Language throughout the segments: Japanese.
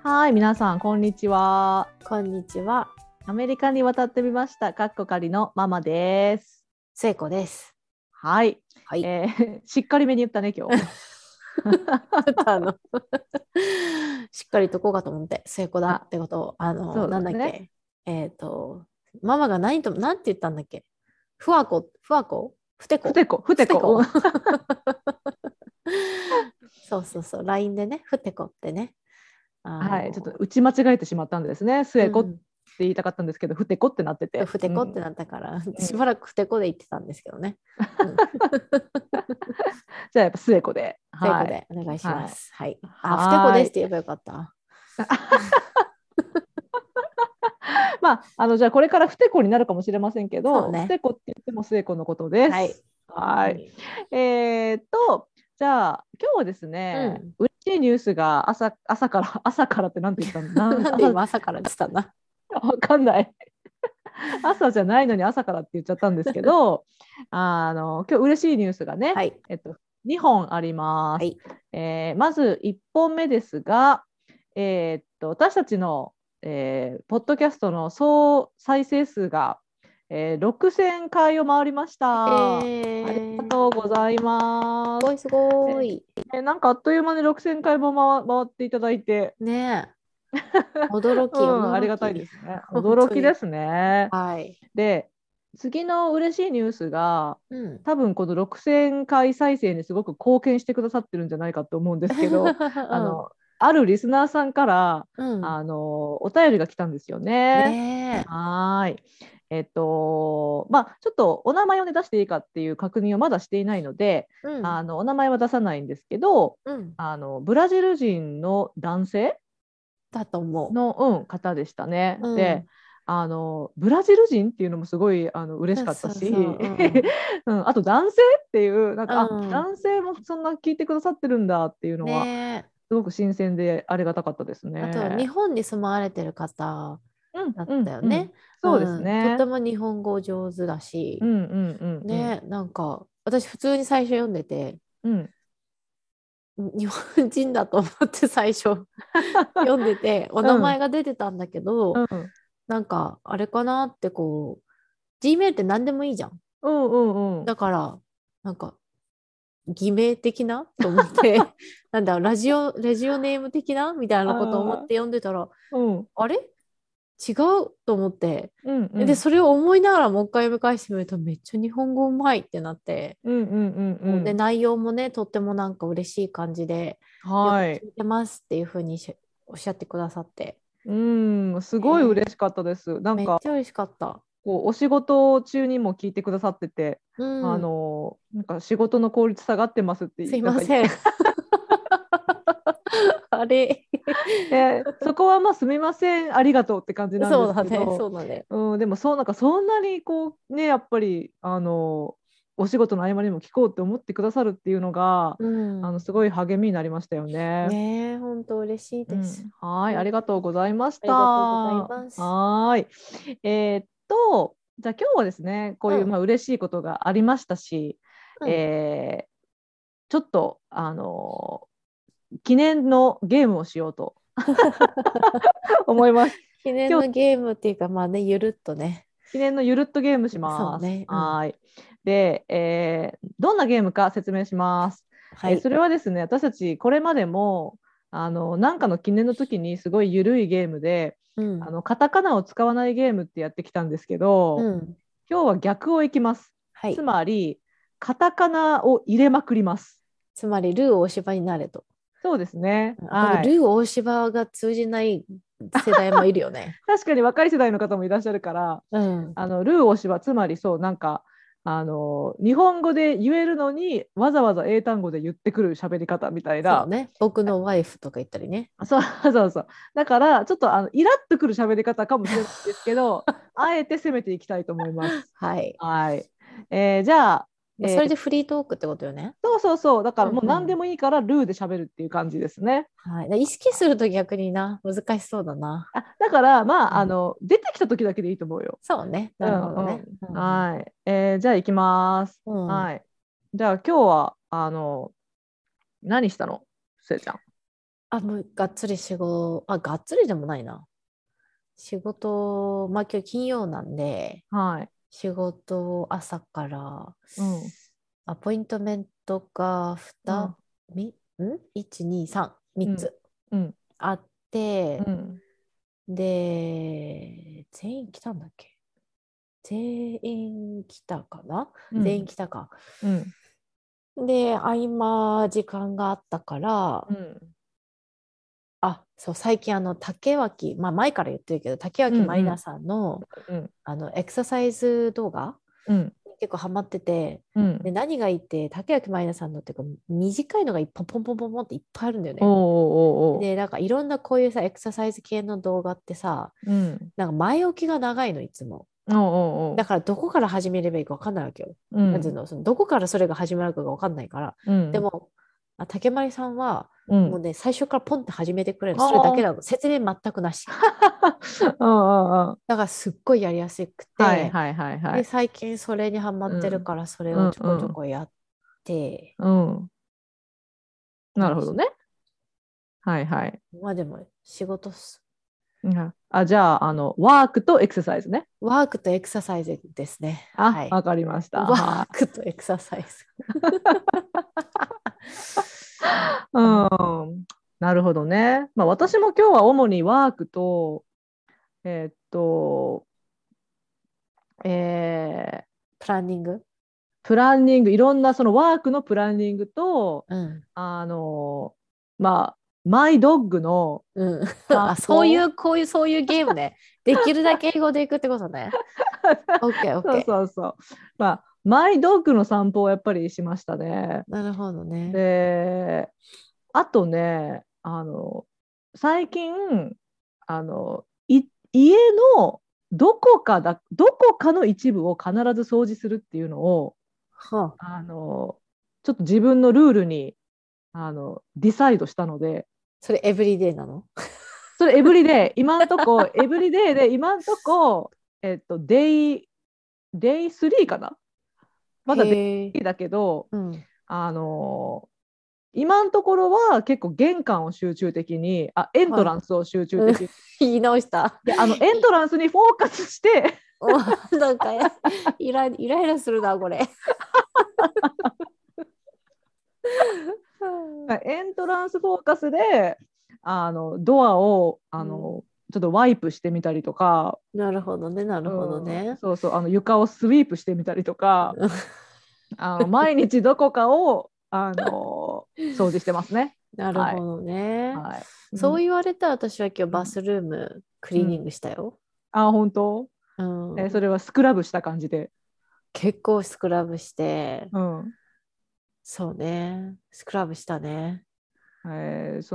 はい、皆さんこんにちは。 こんにちは、 アメリカに渡ってみました。かっこかりのママです。 聖子です。 はい、 はい。 しっかりめに言ったね今日。 ちょっとしっかりとこうかと思って、聖子だあ、 ってことを、 そうなんですね。 だっけ、ママがなんて言ったんだっけ、ふわこふてこふてこ、ふてこ。うん、 ふてこそうそうそう、LINE でね、ふてこってね、あはい、ちょっとの、 打ち間違えてしまったんですね。末子ってうん、 言いたかったんですけど、ふてこってなってて。 ふてうん、 こってなったから、 うん、 しばらくふてこで言ってたんですけどね。うん、 じゃあやっぱ末子で。 聖子はい。 でお願いしまはい。 す。はい。あ、ふてこはい。 ですって言えばよかった。 まあ、じゃあこれからふてこになるかもしれませんけど、ふそうね。 てこって言っても末子のことではい。 す。はい。 はい。 じゃあ今日はですね、 うん。 嬉しいニュースが朝から、朝からって何て言ったの、 なんで今朝から言ってたんだ。 わかんない。朝じゃないのに朝からって言っちゃったんですけど、今日嬉しいニュースがね、 はい。 2本あります。 はい。 まず1本目ですが、私たちの、ポッドキャストの総再生数が、6000回を回りました。ありがとうございます。 すごいすごい。 なんかあっという間に6000回も回っていただいて、 ねえ。驚うき、 ん、ありがたいで驚き。 すね。 本当に。 驚きですね。 はい。 で、次の嬉しいニュースが、 うん。 多分この6000回再生にすごく貢献してくださってるんじゃないかと思うんですけど、あうん。 の、あるリスナーさんから、 うん。 お便りが来たんですよね。 ねえ。 はーい。まあ、ちょっとお名前を、ね、出していいかっていう確認をまだしていないので、 うん。 お名前は出さないんですけど、 うん。 ブラジル人の男性だと思の、方でしたね。 う。うで、 ん。 ブラジル人っていうのもすごい嬉しそうかったそうそう。 し、 うん。 うん、あと男性っていう、なんうか、 ん。 男性もそんな聞いてくださってるんだっていうのは、 ねえ。 すごく新鮮でありがたかったですあと、日ね。 本に住まわれてる方うん、 だっうん、うん。 たよね。 そうですうん。とてね。 も日本語上手だし、 うん、うん、うん、うん。 ね、なんか、私普通に最初読んでて、 うん。 日本人だと思って最初読んでて、お名うん、 前が出てたんだけど、 うん、 なんか、あれかなってGmail って何でもいいじゃん。 うん、うん、うん。 だから、なんか、偽名的なと思って、なんだ、ラジオネーム的なみたいなことを思っああ、 て読んでたら、 うん、 あれ違うと思って、 うん、うで、 ん、 それを思いながらもう一回読み返してみると、めっちゃ日本語うまいってなって、 うん、うん、うん、うで、 ん。 内容もね、とってもなんか嬉しい感じで、よくはい。 聞いてますっていうふうにおっしゃってくださって、 うん、すごいね、 嬉しかったです。なんか、 めっちゃ嬉しかった。 こうお仕事中にも聞いてくださってて、 うん、 なんか仕事の効率下がってますって、 すいなんか、 ません。あれ。 そこはまあすみません、ありがとうって感じなんですそうだね、 けど、 そうだね。 でもそう、なんかそんなにこうね、やっぱりお仕事の合間にも聞こうって思ってくださるっていうのが、 うん。 すごい励みになりましたよね。 ねえ、本当嬉しいです。 うん、はい、あうん、 りがとうございましあた。 りがとうございはます。 ーい。じゃあ今日はですね、こういううん、 まあ嬉しいことがありましたし、 うん。 えーちょっと、記念のゲームをしようと思います。 記念今日、 のゲームっていうか、まあね、ゆるっとね。 記念のゆるっとゲームします。 そうね、うん。 はい。で、どんなゲームか説明します。 はい。 それはですね、私たちこれまでも、なんかの記念の時にすごいゆるいゲームで、 うん、 カタカナを使わないゲームってやってきたんですけど、 うん。 今日は逆をいきます。つはい。 まり、カタカナを入れまくります。 つまり、ルー大柴になれと。 そうですね。 ルはい。 ー大柴が通じない世代もいるよね。 確かに若い世代の方もいらっしゃるから、 うん。 ルー推しはつまりそう、なんか、日本語で言えるのにわざわざ英単語で言ってくる喋り方みたいな。 そうね。僕のワイフとか言ったりね。 そうそうそう。だから、ちょっとイラッとくる喋り方かもしれないですけど、あえて攻めていきたいと思います。 はい。 はい。じゃあ、 まあ、それでフリートークってことよね。 そうそうそう。だかうんらもう何でうん。 もいいからルーで喋るっていう感じですね。 はい。意識すると逆にな、難しそうだな。 だから、まあ、 うん。 出てきた時だけでいいと思うよ。 そうね。なるほうんどね。 うん。 うんはい。じゃあ行きます。 うん。うん。 はい。じゃあ今日は、何したのせいちゃん。 もうがっつり仕事、がっつりでもないな。仕事、まあ今日金曜なんで、 はい。 仕事朝からうん。 アポイントメントがうん。 1、2、3、3 うん。 つうん。 あって、 うん。 で、全員来たんだっけ？全員来たかな？全員うん。 来たか。 うん。 で、合間時間があったから、 うん。 そう、最近竹脇、まあ前から言ってるけど、竹うん。 脇まりなうん。 さんの、 うん。 エクササイズ動画うん。 結構ハマってて、で、 うん。 何がいいって、竹脇まりなさんのっていうか、短いのがポンポンポンポンポンっていっぱいあるんだよおーね。 おーおーおで、なんかいろんなこういうさ、エクササイズ系の動画ってさ、 ー。うん。 なんか前置きが長いの、いつも。 おーおーおだからどこから始めればいいか分かんないわけよ。 ー。うん。 なんていうの、どこからそれが始まるかが分かんないから。 うん。 でも、竹丸さんは、 うん。 もうね、最初からポンって始めてくれる。それだけああ。 なの。説明全くなし。 うんうんうん。 だからすっごいやりやすくて、 はいはいはいはで、 い。 最近それにハマってるうん。 から、それうんをちょこちょうん。 こやって、 うん。なるまあ、 ほどね。はいはい。 まあでも仕事っす。 うん、じゃあ、ワークとエクササイズね。 ワークとエクササイズですね。 あ、 はい。 わかりました。 ワーはクとエクササイズ。 い。うん。なるほどね。まあ、私も今日は主にワークと、えーっと、えープランニング。 プランニング、いろんなそのワークのプランニングと、 うん。 あの、まあ、マイドッグのうん。 散そうい歩。 う、そういうゲームね。できるだけ英語でいくってことね。オッケー、オッそうケそうそう。まあ、マイドッグの散歩をやっぱりしましたね。 ー。なるほどね。 で、あとね、最近、家のどこかの一部を必ず掃除するっていうのを、 はあ、 ちょっと自分のルールに、ディサイドしたので、 それエブリデイなの？ それエブリデイ、今んとこ、エブリデイで、今んとこ、デイ3かな、まだデへえ。 イだけど、 うん。 あの今のところは結構玄関を集中的に、エントはい。 ランスを集中うん、 的に、 言い直した。 で、エントランスにフォーカスして、 お、なんかイライラするな、これ。 エントランスフォーカスで、ドアを、 うん、 ちょっとワイプしてみたりとか、 なるほどね、なるほどね。 そうそう、床をスイープしてみたりとか、毎日どこかを、掃除してますね。はい。 なるほどね。 はい。うん。 そう言われたら私は今日うん。 バスルームクリーニンうん。 グしたよ。 本当？ うん。 それはスクラブした感じで。 結構スクラブして、 うん。 そうね。スクラブしたね。 そうん。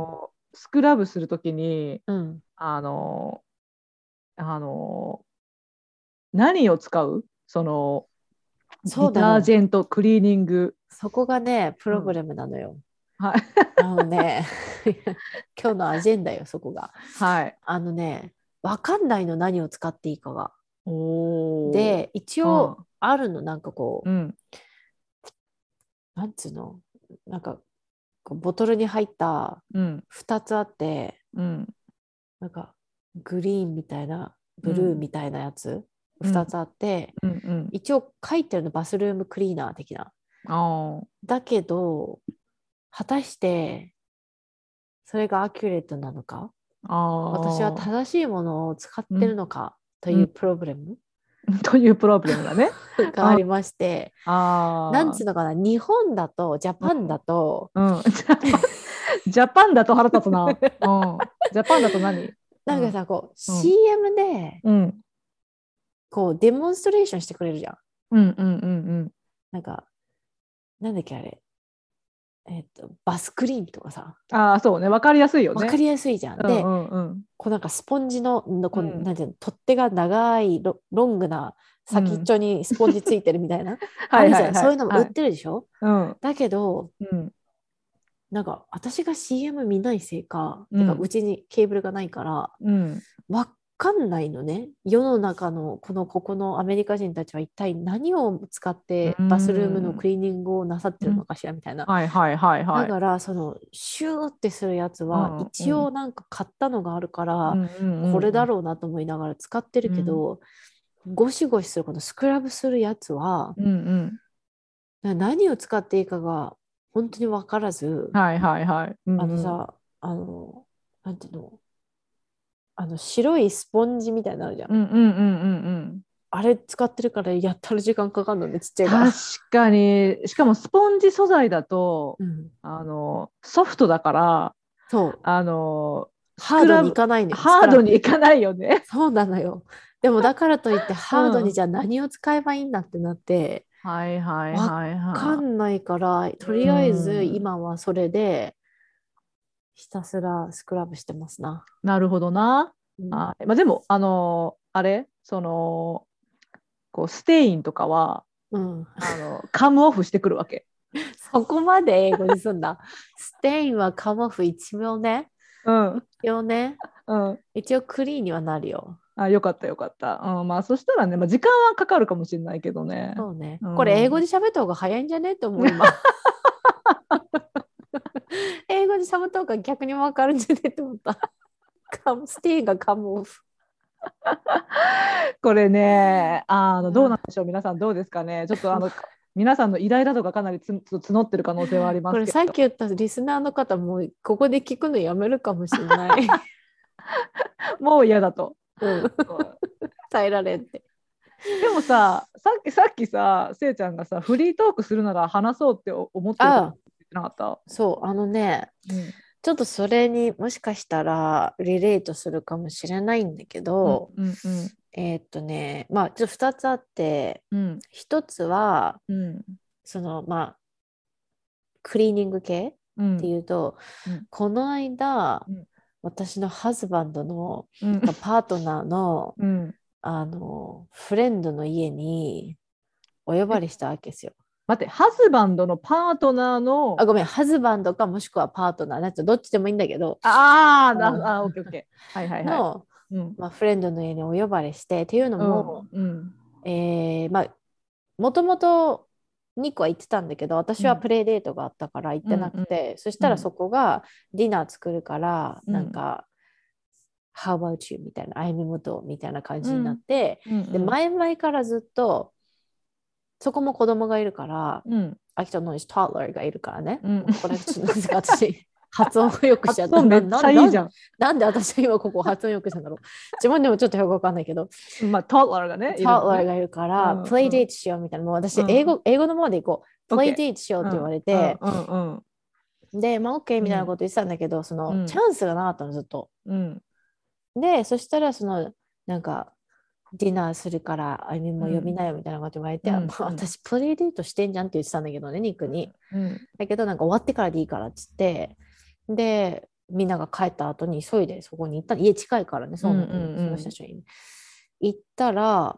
の、スクラブするときに、 うん。 あの、あの、何を使うその、ディタージそうなの。 ェント、クリーニング。 そこがね、プうん。 ログラムなのよ。 はい。 あのね、今日のアジェンダよ、そこが。 はい。 あのね、わかんないの、何を使っていいかが。 おー。 で、一うん。 応あるの、なんかこうん。 う、なんつうの、なんかこうボトルに入ったうん。 2つあって、 うん。 なんかグリーンみたいな、ブルーうん。 みたいなやつ、2 うん。 つあって、 うん。うん。 一応書いてるのバスルームクリーナー的な。 あー。 だけど、果たしてそれがアキュレートなのか、 あ私はー。 正しいものを使ってるうん。 のかとうん。 いうプロブレムというプロブレムがね。うん。 がありまして、なんあー。 つうのかな、日本だと、ジャパンだと、 うん。うん。ジャパンだと腹立つな。うん。ジャパンだと何？うん。 なんかさ、こううん。 CM でうん。 こうデモンストレーションしてくれるじゃん。 うん。うん。うん。 なんか、なんだっけあれ、バスクリーンとかさ、 そうね。わかりやすいよね。 わかりやすいじゃん。 うんで、 うんうん。 こうなんかスポンジのこううん。 なんていうの、取っ手が長いロングな先っうん。 ちょにスポンジついてるみたいな、 はいあるじゃん。 はいはいそういうのも売っはい。 てるでしょ？ うん。 だけど、 うん。 なんか私が CM 見ないせいか、てかううん。 ちにケーブルがないから、 うん。 わかんないのね。世の中のここのアメリカ人たちは一体何を使ってバスルームのクリーニングをなさってるのかしらみたいな。 はいはいはいはい。 だからそのシューってするやつはうんうん。 一応なんか買ったのがあるからうんうんうこれだんろうなと思いながら使ってるうん。 けど、ゴシゴシするこのスクラブするやつはうんうん。 何を使っていいかが本当に分からず、 はいはいはい。うんうん。 さ、なんていうの、白いスポンジみたいなのあるじゃん。 うんうんうんうんうん。 あれ使ってるからやったら時間かかるのね、ちっちゃいか確ら。 かに、しかもスポンジ素材だと、 うん、 ソフトだから、 そう。 あの、スハードにいクラブ、 かないのよ。 ハードにいかないよね。 そうなのよ。でもだからといってうハードにじん。 ゃあ何を使えばいいんだってなって、 はいはいわはいかはんないから、 い。 とりうあえずん。 今はそれでひたすらスクラブしてますな。 なるほどな。 うん。 はい。まあ、でも、あれこう、ステインとかは、 うん。 カムオフしてくるわけ。 そこまで英語にすんだ。ステインはカモフ一応ね。 うん。 一応ね。 うん。 一応クリーンにはなるよ。 あ、よかったよかった。うん、まあ、そしたらね、まあ、時間はかかるかもしれないけどね。 そうね。 うこれ英語ん。 で喋った方が早いんじゃねって思う今。英語で喋った方が逆にわかるんじゃねって思った。ステインがカモフ。 これね、どうなんうん。 でしょう、皆さんどうですかね。ちょっと皆さんのイライラ度がかなり募ってる可能性はありまこれすけど、 さっき言ったリスナーの方もここで聞くのやめるかもしれない。 もう嫌だと。 うん。耐えられんって。 でもさ、さっきさ、せいちゃんがさ、フリートークするなら話そうって思ってることああ、 言ってなかった？ そう、 うん。 ちょっとそれにもしかしたらリレートするかもしれないんだけうんど、 うんうんまあ、ちょっと2つあって、 うん 1つは、 うんまあ、クリーニング系ってうんいうと、 うんこの間、 うん私のハズバンドの、 うんパートナーの、 うん。 フレンドの家にお呼ばえ、 れしたわけですよ。 待って、ハズバンドのパートナーあ、 の、 ごめん、ハズバンドかもしくはパートナー、なんてどっちでもいいんだけど、 オッケーオッケー。はいはいはい。 の、 うん。 まあ、フレンドの家にお呼ばれして、っていうのうも、 ん。うん。 まあ、もともと2個は行ってたんだけど、私はうん。 プレイデートがあったから行ってなうん。うん。 くて、そしたらそうん。 こがディナー作るから、 うん。 How about you? みたいな、あいみもとみたいな感じになっうん。 て、 うん。 で、 うん。 前々からずっと、そこも子供がいるから、 うん。 アキトのトッラーがいるからね。 うん。 これ、ちょっとなんで私、発音をよくしちゃった。 発音めっちゃいいじゃん。 なんで私は今ここ発音よくしたんだろう。自分でもちょっとよくわかんないけど、 まあ、トッラーがね、いるのね。 トッラーがいるから、 うん。 プレイうん。 デートしようみたいな。もう私、 うん。 英語のままで行こう。プレイオッケデートしようー。 って言わうん。 れて、 うん。うん。うん。 で、まあ、OK みたいなうん。 こと言ってたんだけど、チャうん。 ンスがなかったの、ずっと。 うん。 で、そしたら、なんか、ディナーするから、あゆみも呼びうん。 なよみたいなこと言われて、まうん。 あ、私、プレイデートしてんじゃんって言ってたんだけどね、ニックに。 うん。 だけど、なんか終わってからでいいからっつって、で、みんなが帰った後に急いでそこに行った。家近いからね、 うん。 そうなんだけど、その人うん。 たちに行ったら、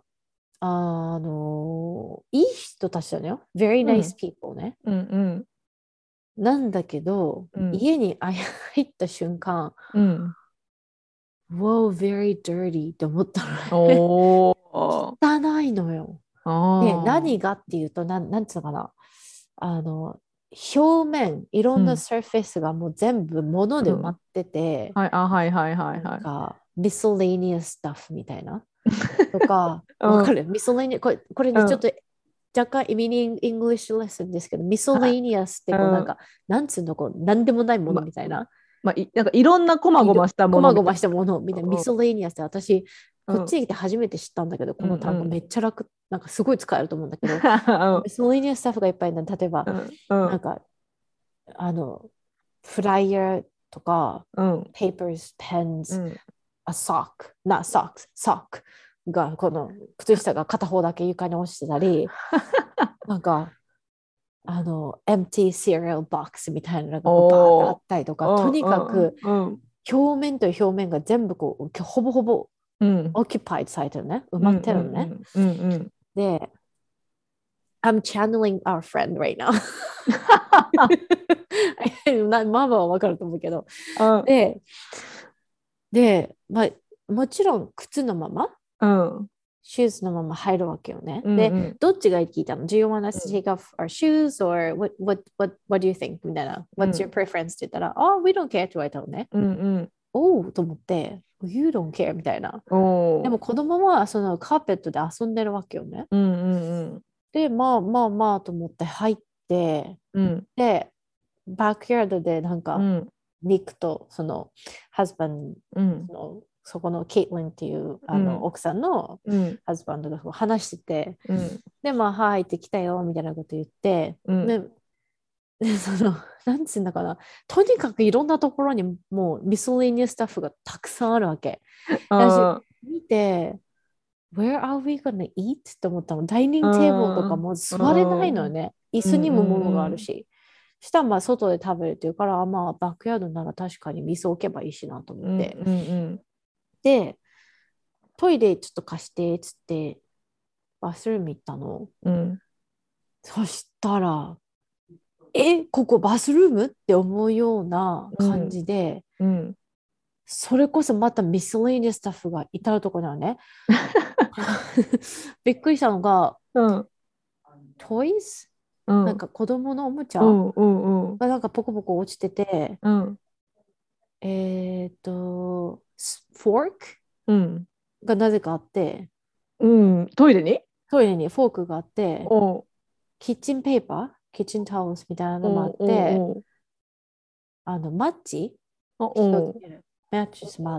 いい人たちだよ。very う nice ん。 people ね。 うん。うん。 なんだけど、 うん。 家に入った瞬間、 うん。 Wow, very dirty って思ったのね。 おー。 汚いのよ。で、 ああ。 何がっていうと、なんつうのかな。あの、表面、いろんなうん。 サーフェスがもう全部物でうん。 埋まってて、 はい、はいはいはいなんはい。 か、miscellaneous stuff みたいな。とか、 うん。 わかる miscellaneous、これね、ちょっうん。 と若干ミニイングリッシュレッスンですけど、 はい。 miscellaneous ってうん。 なんつうの、なんでもないものま、 みたいな。 なんかいろんなこまごましたもこまのみたいごましたものみたいな、ミソな。 レーニアスって私、 うん。うん。 こっちに来て初めて知ったんだけど、 うん。 この単語めうん。 っちゃ楽、なんかすごい使えると思うんだけど、ミソレーニアスタッフがいっぱいな、例えば、 うん。うん。 なんか、あの、フライヤーとか、 うん。 papers, う pens, ん。 a sock, not socks, sock が、この靴下が片方だけ床に落ちてたり、なんか、empty cereal box みたいなのがこうバーってあおー。 ったりとか、とうん。 にかくうん。うん。 表面と表面が全部こう、ほぼほぼうん。 occupied されてるね。埋まっうん。うてるのね。 ん。うん。うん。 で、I'm channeling our friend right now. ママはわかると思うけど。 うん。 で、まあ、 もちろん靴のまま、 うんシューズのまま入るわけよね。 うんで、どっちが聞いたの？ Do you want us to take off our shoes or what do you think? みたいな。 うん What's your preference? って言ったら、Oh, we don't care って言われたのね。 うんうんおうと思って、You don't care みたいな。でもおー子供はそのカーペットで遊んでるわけよね。 うんうんで、まあまあまあと思って入って、 うんで、バックヤードでなんか、 うんニックとそのハズバンうんそこのケイトリンっていううん奥さんのうんハズバンドが話してて、 うんで、まあ、入ってきたよみたいなこと言って、 うんでなんつうんだかな、とにかくいろんなところにもうミスレニアスタッフがたくさんあるわけ。私、 あ見て、Where are we gonna eat? って思ったの。ダイニンーグテーブルとかうんも座れないのよね。椅子にも物があるうんし。したらまあ外で食べるっていうから、まあバックヤードなら確かに味噌置けばいいしなと思うんって。 うんで、トイレちょっと貸してっつって、バスルーム行ったの。 うんそしたら、ここバスルームって思うような感じで、 うんそれこそまたミスレニアスタッフが至るところなのね。びっくりしたのが、 うんトイズうんなんか子供のおもちゃうんうんがなんかポコポコ落ちてて、 うんフォークうんがなぜかあって、 うんトイレにトイレにフォークがあって、 おうキッチンペーパー、キッチンタオルみたいなのもあおうって、 おうマッチ火をおうつけるマッチもあって、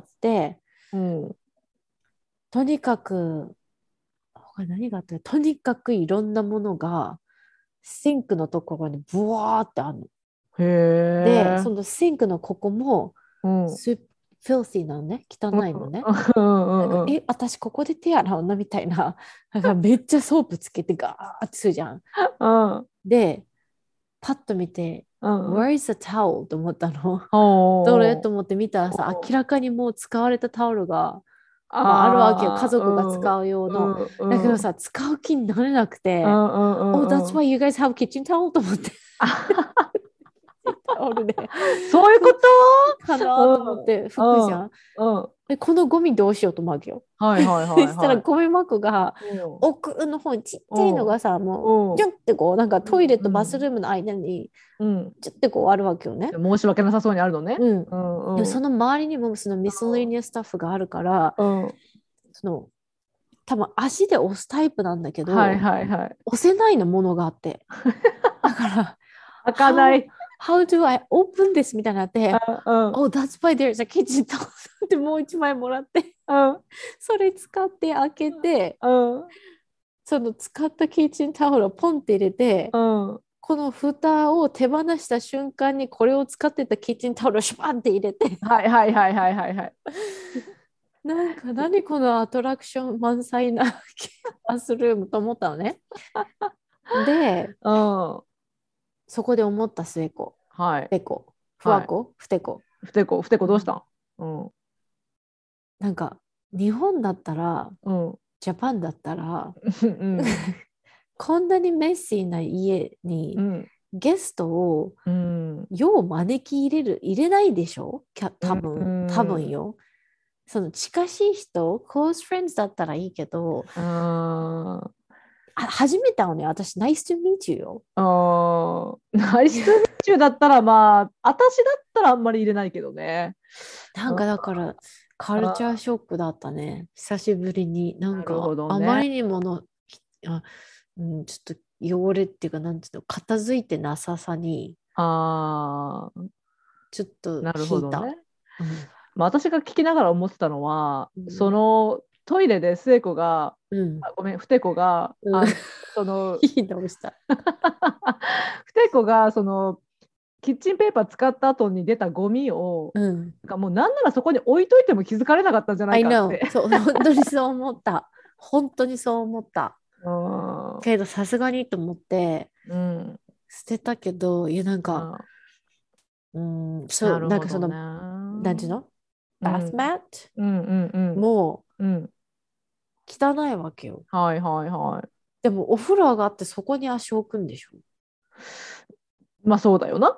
おうとにかく、他何があった？とにかくいろんなものがシンクのところにブワーってあるの。 へで、 えそのシンクのここもうんフィルシーなのね、汚いのね。なんか、 うんうん私ここで手洗うのみたいな。なんかめっちゃソープつけてガーってするじゃん。 うんで、パッと見て、 うん Where is the towel? と思ったの。どれおと思って見たらさ、明らかにもう使われたタオルが、まあ、あるわけよ。家ああ族が使う用の。 うんうんうんだけどさ、使う気になれなくて、 うんうんう Oh, ん that's うん why you guys have kitchen towel? と思って、 あタオルで。 そういうこかなと思っとて、 うんうん服じゃん。 うんこのゴミどうしようと思うわけよ。 はいはいそしたらはいはいゴミ箱がうん奥の方にちっちゃいのがさ、もう、 うんジュンってこう、なんかトイレとバスうんルームの間に、 うんジュってこうあるわけよね。 申し訳なさそうにあるのねうん。 うんうんでもその周りにもそのミスレニアスタッフがあるから、 うんその、多分足で押すタイプなんだけはいど、 はいはい押せないのものがあって。だから、 開かな how, い how do I open this? みたいになって、 うん Oh, that's why there's a kitchen towel ってもう一枚もらって、 うんそれ使って開けて、 うんその使ったキッチンタオルをポンって入れて、 うんこの蓋を手放した瞬間にこれを使ってたキッチンタオルをシュパンって入れて、 はいはいはいはいはいはいなんか何このアトラクション満載なバスルームと思ったのね。で、 うんそこで思った末子、 はいてこ、ふわこ、ふてこ。 ふてこどうしたんうんなんか日本だったら、 うんジャパンだったら、 うんこんなにメッシーな家にうんゲストをうんよう招き入れないでしょ多う分、 ん多分よ。その近しい人、close friends だったらいいけど、 あ初めて会うね、私、nice to meet you よ。 ナイスミュだったらまあ私だったらあんまり入れないけどねなんかだから、カルチャーショックだったね。久しぶりに。なんなるほか、 どねあまりにもあちょっと汚れっていうか、なんていうの、片付いてなささに、 あちょっとなるほ引いた。 どねまあ、私が聞きながら思ってたのは、 うんそのトイレで末子が、 うん。 ごめん、ふてこが、 うんその引い直した。 ふてこがそのキッチンペーパー使った後に出たゴミを、 うん。 なんかもうなんならそこに置いといても気づかれなかったんじゃない I かって。 know. そう、本当にそう思った。本当にそう思った。 うんけど、さすがにと思って、 うん捨てたけど、いや、なんか、そう、 なるほどね。 なんかその、なんていうのうんバスマットうんうんうんもうん汚いわけよ。 はいはいはい。 でも、お風呂上がってそこに足を置くんでしょ。 まあそうだよな。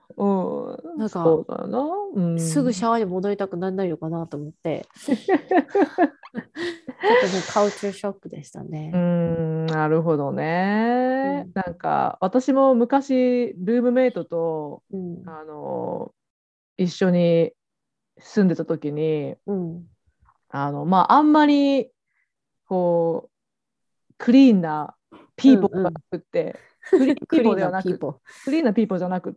なんかそうだよな。 すぐシャワーに戻りたくならないのかなと思って、ちょっとね、カウチャーショックでしたね。 なるほどね。 うん。 なんか私も昔ルームメイトとうん。 あの一緒に住んでた時にうん。 まああんまりこうクリーンなピーポーがなうんうん。 くって、クリーンピーポークリーンなではなく、 ピーポクリーンなピーポーじゃなくって、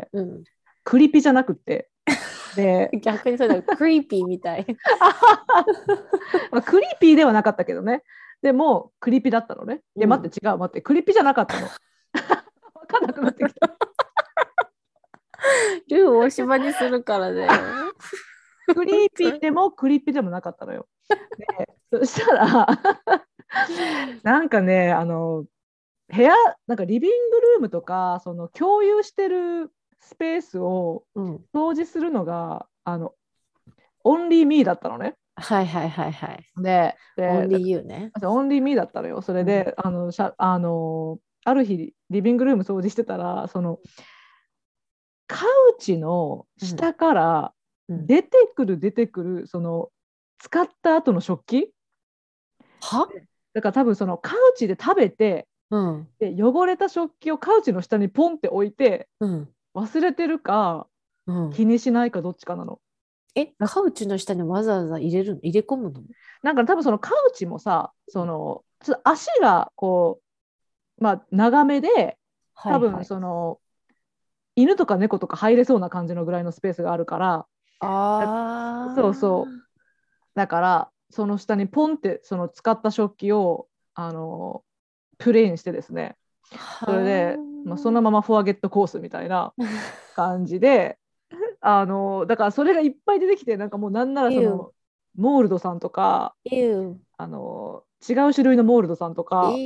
ー。うん。 クリピじゃなくって、で、 逆にそれだ、クリーピーみたい。 まあ、クリーピーではなかったけどね。でも、クリピだったのね。待っうん。 て、違う、待って、クリピじゃなかったの。わかんなくなってきた。 ルーをおしまにするからね。 クリーピーでもクリピでもなかったのよ。で、そしたらなんかね、部屋、なんかリビングルームとか、その共有してるスペースをうん。 掃除するのが、オンリーミーだったのね。 はいはいはいはい。 だ Only you ね。 オンリーミーだったのよ。それうん。 で、ある日、リビングルーム掃除してたら、カウチのうん。 下からうん。 出てくる、使った後の食器。 は。 だから多分カウチで食べて、 うん。 で汚れた食器をカウチの下にポンって置いて、 うん。 忘れてるかうん。 気にしないかどっちかなの。なカウチの下にわざわざ入れ込むの？ なんか多分カウチもさ、ちょっと足がこう、まあ、長めで、多分はいはい。 犬とか猫とか入れそうな感じのぐらいのスペースがあるから、だそうそう。 あだから、その下にポンって使った食器をプレインしてですね、 あ。 それで、まあ、そのはままフォアゲットコースみたいなあ。 感じで、だからそれがいっぱい出てきて、なんかもうなんなら You, モールドさんとか、 you, 違う種類のモールドさんとか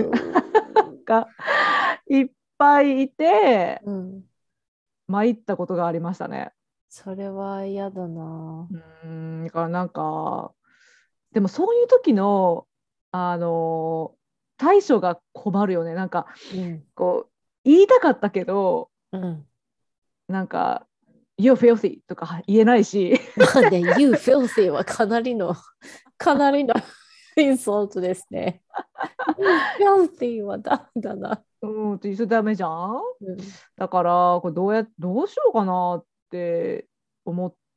you. がいっぱいいて、 うん。 参ったことがありましたね。 それは嫌だな。 だからなんか、でもそういう時の、あの対処が困るよね。なんか、 うん。 こう、言いたかったけど、 うん。 なんか、You're filthy とか言えないし、 まあね、You filthy はかなりのインソートですね。You filthy はダメだな。 それダメじゃん。 うん。 だから、これどうしようかなって思って、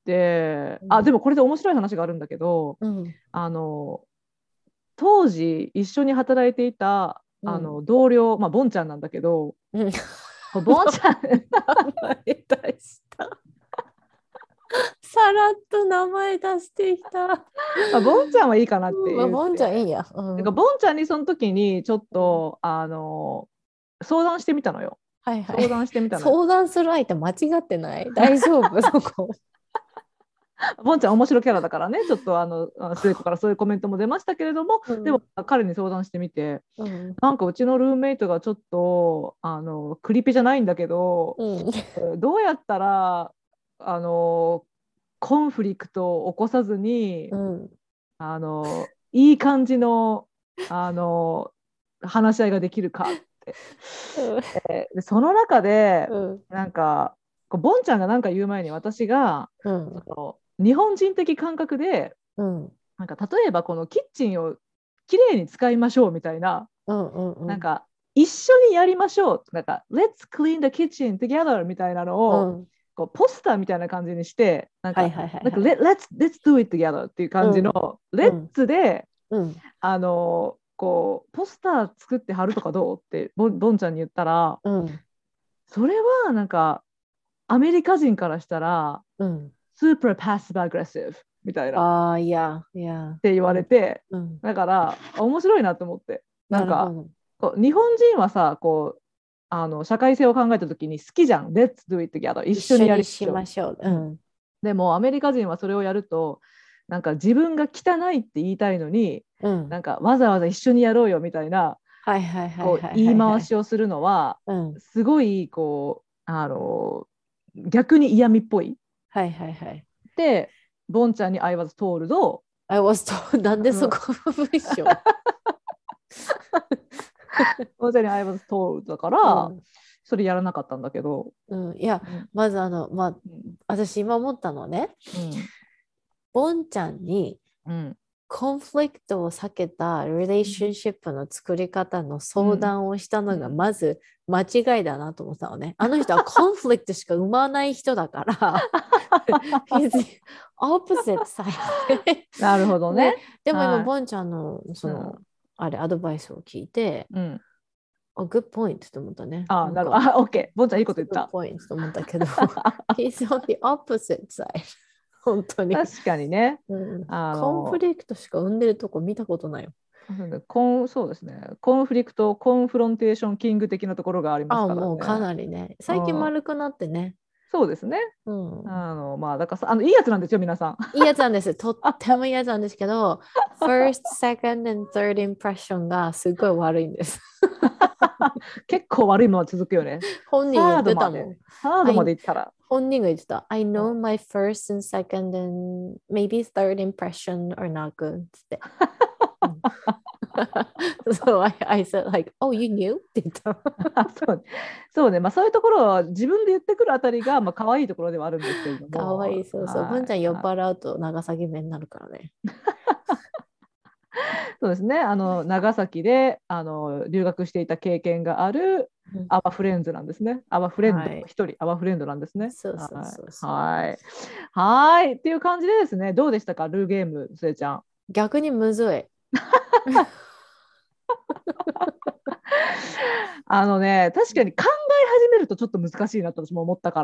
でうん。 もこれで面白い話があるんだけど、 うん。 あの、当時一緒に働いていたうん。 同僚、まあ、ボンちゃんなんだけど、 うん。 ボンちゃん、 名前出した。さらっと名前出してきた。 まあ、ボンちゃんはいいかなってうん、まあ、ボンちゃん言って、 いいや。うん。 なんかボンちゃんにその時にちょっと相談してみたのよ。相はいはい。 談してみたのよ。 相談する相手間違ってない？大丈夫そこ？ ボンちゃん面白キャラだからね、ちょっと末子からそういうコメントも出ましたけれども、でもうん。 彼に相談してみて、 うん。 なんかうちのルームメイトがちょっとクリピじゃないんだけど、 うん。 どうやったらあのコンフリクトを起こさずにうん。 いい感じの話し合いができるかって。でその中でうん。 なんかボンちゃんが何か言う前に私がうん。 日本人的感覚でうん。 なんか例えばこのキッチンをきれいに使いましょうみたいな、 うん。うん。 なんか一緒にやりましょう、なんか Let's clean the kitchen together みたいなのをうん。 こうポスターみたいな感じにして、なんか、 はいはいはいなんかはい。 let's do it together っていう感じうん。 のうん。 レッツでうん。 こうポスター作って貼るとかどうってボンちゃんに言ったら、 うん。 それはなんかアメリカ人からしたらうん。 スーパーパッシブアグレッシブみたいなっああ、いや、いや。 て言わうん。 れて、 うん。 だから面白いなと思って、なんかなるほど。 日本人はさこう社会性を考えた時に好きじゃん。Let's do it together。一一緒に緒にしやりましょましょう。 う。うん、 うん。 でもアメリカ人はそれをやるとなんか自分が汚いって言いたいのにうん。 なんかわざわざ一緒にやろうよみたいなはいはいはいこうはい言い回はいはい。 しをするのはうん。 すごい逆に嫌味っぽい。 はいはいはい。 でボンちゃんに I was told を、 I was told なんでうん、 そこの文章？ ボンちゃんに I was told だから、 うん。 それやらなかったんだけど。 いや、 うんまずうん私今思ったのはね、ボンちゃんにうんコンフリクトを避けたリレーションシップの作り方の相談をしたのがまず間違いだなと思ったのね。あの人はコンフリクトしか生まない人だから、He's the opposite side なるほどね。 でも今、 はいボンちゃんのあれ、アドバイスを聞いて、 うん good point と思ったね。 あ、 なんか、 OK。ボンちゃんいいこと言っ good た。 point と思ったけど、He's on the opposite side 本当に。 確かにね。 コンフリクトしか生んでるとこ見たことないよ。 そうですね。コンフリクト、コンフロンテーションキング的なところがありますからもうかね。 なりね。最近丸くなってね。 そうですね。 うん。 だからさ、いいやつなんですよ、皆さん。 いいやつなんです。とってもいいやつなんですけど、first, second and third impression がすごい悪いんです。 結構悪いものは続くよね。 本人言ってたもん。 サードまで行ったら。 本人が言ってた。I know my first and second and maybe third impression are not good って。So I said like, oh, you knew? って言った。 そうね、そういうところは自分で言ってくるあたりが可愛いところではあるんですけれども。 可愛い、そうそう。文ちゃん酔っ払うと長崎弁になるからね。 そうですね。長崎で留学していた経験があるアワフレンズなんですね。アワフレンド一人、アワフレンドなんですね。 そうそうそうそう。 はい。はい。っていう感じでですね、どうでしたか、ルーゲーム、すえちゃん。 逆にむずい。 確かに考え始めるとちょっと難しいなと私も思ったから、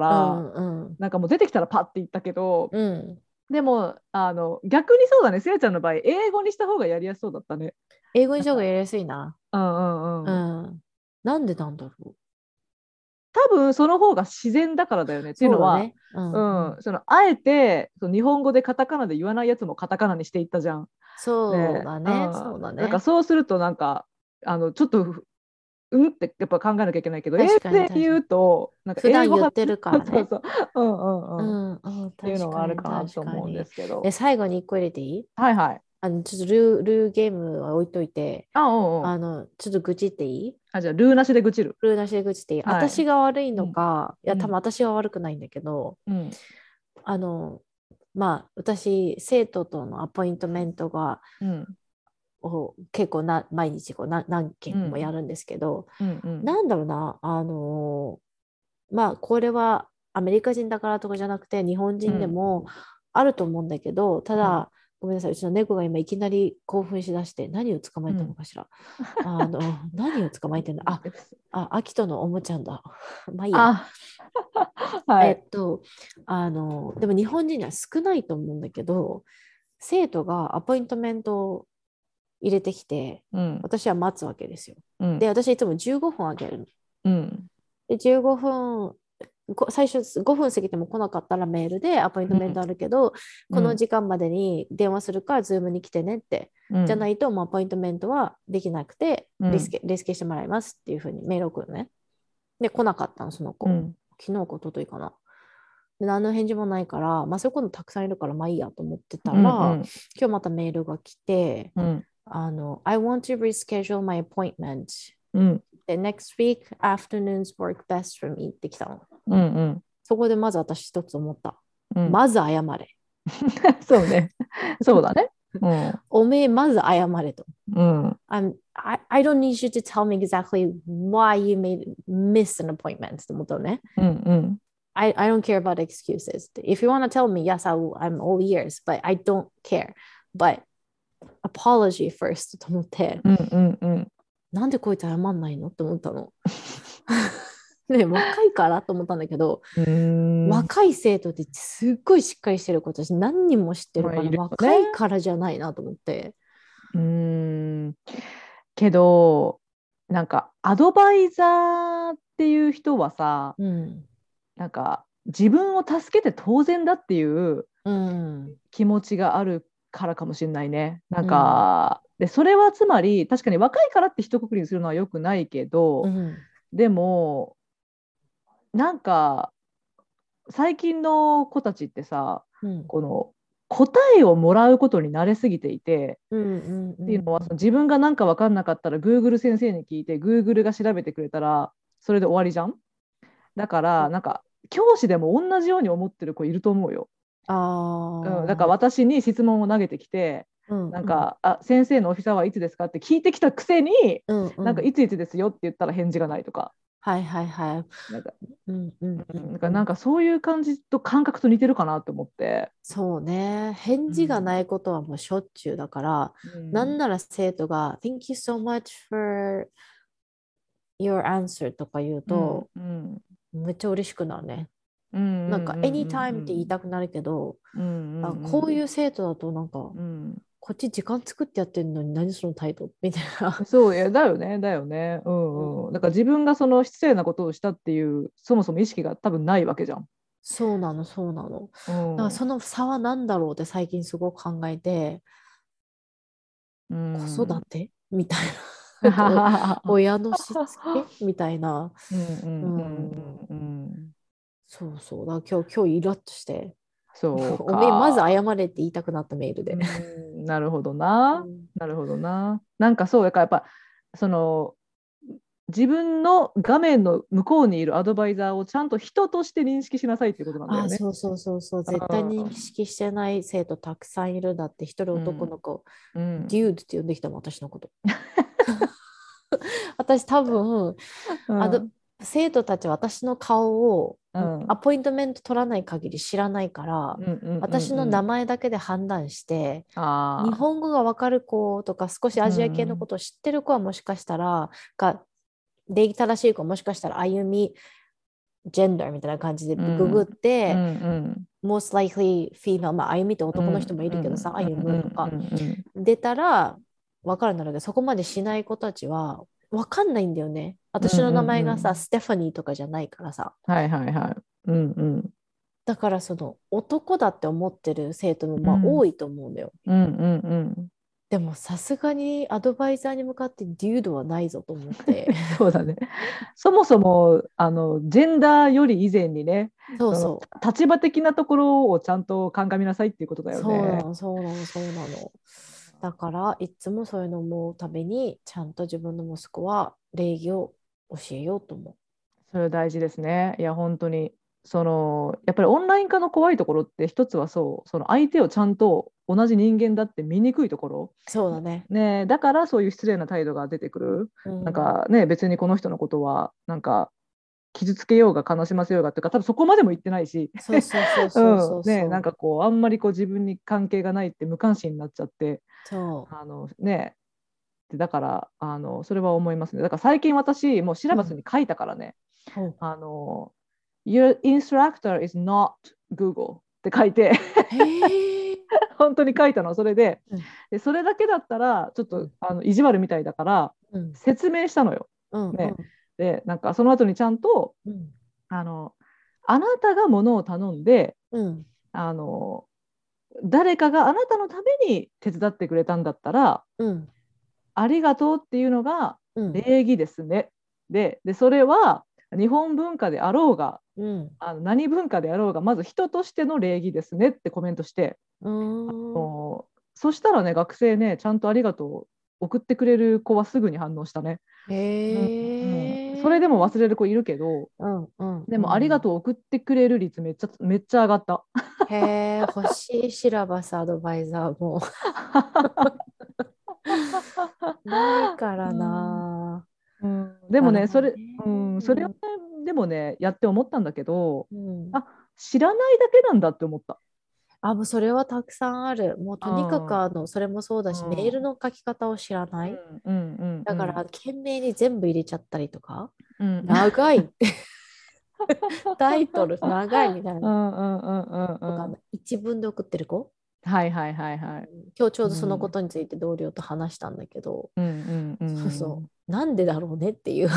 なんかもう出てきたらパッて言ったけど、でも逆にそうだね、せいちゃんの場合英語にした方がやりやすそうだったね。 英語にした方がやりやすいな。なんでなんだろう。 多分その方が自然だからだよね。っていうのは、あえて日本語でカタカナで言わないやつもカタカナにしていったじゃん。 そうだね。そうだね。 なんかそうするとなんかちょっとってやっぱ考えなきゃいけないけど、英語で言うとなんか普段言ってるからね。 っていうのがあるかなと思うんですけど。 最後に1個入れていい？ はいはい。 ちょっとルーゲームは置いといて、ちょっと愚痴っていい？ じゃあルーなしで愚痴る。 ルーなしで愚痴っていい？私が悪いのか、いや多分私は悪くないんだけど、私生徒とのアポイントメントが、結構毎日何件もやるんですけど、なんだろうな、これはアメリカ人だからとかじゃなくて日本人でもあると思うんだけど、ただ、ごめんなさい、うちの猫が今いきなり興奮しだして何を捕まえたのかしら。何を捕まえてんの？アキトのおもちゃんだ。まあいいや。でも日本人には少ないと思うんだけど、生徒がアポイントメントを入れてきて、私は待つわけですよ。で、私いつも15分あげるの。で、15分、最初5分過ぎても来なかったらメールでアポイントメントあるけど、この時間までに電話するからズームに来てねって、じゃないともうアポイントメントはできなくて、リスケしてもらいますっていうふうにメール送るね。で、来なかったの、その子。昨日か一昨日かな。で、何の返事もないから、そういう子たくさんいるから、まあいいやと思ってたら、今日またメールが来て、I want to reschedule my appointment. The next week afternoons work best for me って来たの。そこでまず私一つ思った。まず謝れ。 そうね。そうだね。 おめえまず謝れと。I don't need you to tell me exactly why you miss an appointment って思ったのね。I don't care about excuses. If you want to tell me, yes, I'm all ears, but I don't care. But apology first と思って、なんでこいつ謝んないのって思ったの。ね、若いからと思ったんだけど、若い生徒ってすっごいしっかりしてる子たち何人も知ってるから、若いからじゃないなと思って。 けどなんかアドバイザーっていう人はさ、なんか自分を助けて当然だっていう気持ちがあるからかもしれないね。なんか、でそれはつまり確かに若いからって一括りにするのは良くないけど、でもなんか最近の子たちってさ、この答えをもらうことに慣れすぎていて、っていうのは自分が何か分かんなかったら Google 先生に聞いて Google が調べてくれたらそれで終わりじゃん。 だからなんか教師でも同じように思ってる子いると思うよ。だからあ私に質問を投げてきて、 あ、うんうん。 なんか先生のオフィサーはいつですかって聞いてきたくせに、 うんうん。 なんかいついつですよって言ったら返事がないとか、 はいはいはい。 なんか、 うんうんうだんうん。 からなんかそういう感じと感覚と似てるかなと思って。 そうね。返事がうん、 ないことはもうしょっちゅうだから、 うん、 なんなら生徒が Thank you so much for your answer とか言ううん、 と、 うん、 めっちゃ嬉しくなるね。 うん、うん、 なんかうん、う anytime って言いん、 たくなるけど、 うん、うん、 こういう生徒だとなんか、 うん、 こっち時間作ってやってるのに何その態度みたいな。 そう、だよね、だよね。ううんうん。だからん、 自分がその失礼なことをしたっていう、そもそも意識が多分ないわけじゃん。 そうなの、そうなの。だうからん。 その差は何だろうって最近すごく考えて、 う子育ん。 てみたいはな。 ははは。 親のしつけみたいな。 うんううんうんん、 うんうん。 そうそう。だから今日イラッとして、 そうおめえまず謝か。 れって言いたくなったメールうで。 なるほどな。 うん、 なるほどな。なんかそう、だからやっぱ、その、自分の画面の向こうにいるアドバイザーをちゃんと人として認識しなさいっていうことなんだよね。 そうそうそうそう。絶対認識してない生徒たくさんいる。だって一人うん。 男の子、 うん。 デュードって呼んできたもん、私のこと。私多分、あどうん。 生徒たちは私の顔をうん。 アポイントメント取らない限り知らないから、 うんうんうん私の名うん。 前だけで判断して、日ああ。 本語がわかる子とか少しアうジア系のこん。 とを知ってる子はもしかしたら、礼儀正しい子はもしかしたら歩み、ジェンダーみたいな感じでうん。 ググっうん。 て、 うん。 most likely female、まあ歩みってうん。 男の人もいるけどさ、 うん。 歩うん。 むとかうん。 出たらわかるんだろうけど、そこまでしない子たちはわかんないんだよね。 うん。 私の名前がさ、 うん。 ステファニーとかじゃないからさ。 はいはいはい。うん。うん。 だからその男だって思ってる生徒もうん。 まあ多いと思うんだよ。 うん。うん。うん。 でもさすがにアドバイザーに向かってデュードはないぞと思って。 そうだね。そもそも、ジェンダーより以前にね、そのそうそう。 立場的なところをちゃんと鑑みなさいっていうことだよね。 そうなの、そうなの、そうなの。だからいつもそういうのを思うためにちゃんと自分の息子は礼儀を教えようと思それ大事ですね。いや、本当に。やっぱりオンライン化の怖いところって一つはそう、その相手をちゃんと同じ人間だって見にくいところ。 う。そうだね。 ね、だからそういう失礼な態度が出てくる。なんうん。 かね、別にこの人のことは、なんか傷つけようが悲しませようがっていうか、多分そこまでも言ってないし、 そうそうそううそうん、ね、なんそうそう。 かこう、あんまりこう自分に関係がないって無関心になっちゃって、 そね、だから、それは思いますね。だから最近私、もうシラう。うん。 バスに書いたからね、 おあの、Your instructor is not Google って書いて、 へえ。 本当に書いたの、それで、 うん。 それだけだったら、ちょっとうん。 意地悪みたいだから、 うん。 説明したのよ。 うん。うね、 ん。 で、なんかその後にちゃんと、 うん。 あの、あなたが物を頼んで、 うん。 あの、誰かがあなたのために手伝ってくれたんだったら、 うん。 ありがとうっていうのがうん。 礼儀ですね。それは日本文化であろうが、 うん。 何文化であろうが、まず人としての礼儀ですねってコメントして、 うーん。 そしたらね、学生ね、ちゃんとありがとう送ってくれる子はすぐに反応したね。 へうんそれでも忘え。 れる子いるけど、 うん。うん。 でもありがうん。 とう送ってくれる率めっちゃ上がった。 へえ、欲しいシラバスアドバイザーもないからうんな。 でもね、 なるほどね。 それをね、 うん。 でもね、やって思ったんだけど、 うん。 あ、知らないだけなんだって思った。 もうそれはたくさんある。もううとにかくん、 それもそうだし、メールうん、 の書き方を知らない。 うん、うん、 だから、 うん、 懸命に全部入れちゃったりとか、 うん、 長いタイトル長いみたいな。 うん、うん、うん、うとか、 ん、うん、 一文で送ってる子。 はいはいはいはい。 今日ちょうどそのこうん、 とについて同僚と話したんだけど、 うん、うそうそん、 う。なんでだろうねっていううん、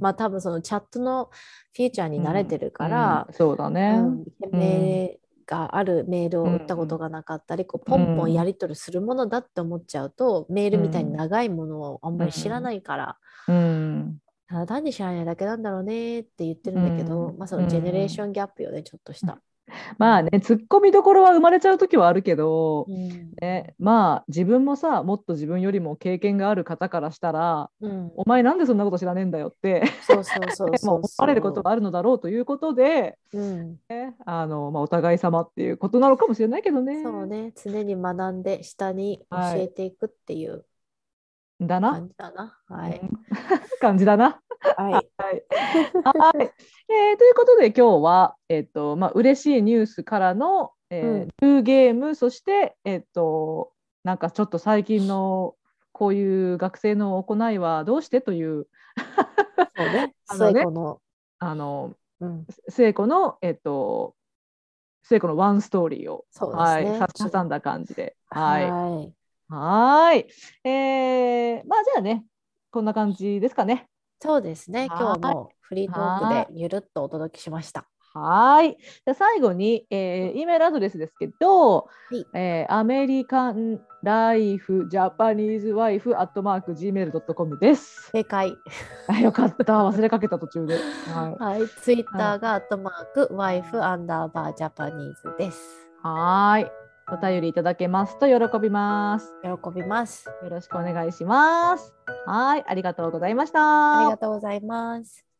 まあ多分そのチャットのフィーチャーに慣れてうん、 るうん、 から、 そうだね。 件うん、 名があるメールうを打ったことん、 がなかったり、こううポンポンやん、 り取りするものだって思っちゃうと、メールみたいにうん、 長いものをあんまり知らうん、 ないから、 うん、 ただ単に知らないだけなんだろうねって言ってるうんだけど、 ん、 まあそうのジェネレーん、 ションギャップよね、ちょっとした。 まあね、ツッコミどころは生まれちゃう時はあるけど、 うんね、まあ自分もさ、もっと自分よりも経験がある方からしたら、 うん、 お前なんでそんなこと知らねえんだよってそうそうそうもうそう思われることそがあるのだろうということで、 う。うん。 まあ、お互い様っていうことなのかもしれないけどね。 そうね。常に学んで下に教はい。 えていくっていうだな。 感じだな。はい。 うん、感じだな。 はい。 はい。はい。ということで今日は、まあ、嬉しいニュースからの、 うん。 ニューゲーム、そして、なんかちょっと最近のこういう学生の行いはどうしてという、 そうね。 あのね、 末子の、 あの、 うん。 聖子の、聖子のワンストーリーを、 そうですはい、 ね。 挟んだ感じで。はい。 はい。 はい。まあじゃあね、こんな感じですかね。 そうですね。今は日もフリーい。 トークではい。 ゆるっとお届けしました。 はい。じゃあ最後に、E メールアドレスですけど、 はい。 アメリカンライフジャパニーズワイフアットマーク Gmail.com です。 正解。 あ、よかった。忘れかけた途中で。はい。 はい。ツイッはい。 ターがアットマークワイフアンダーバージャパニーズです。 はい。お便りいただけますと喜びます。 喜びます。 よろしくお願いします。はい。ありがとうございましありた。 がとうございます。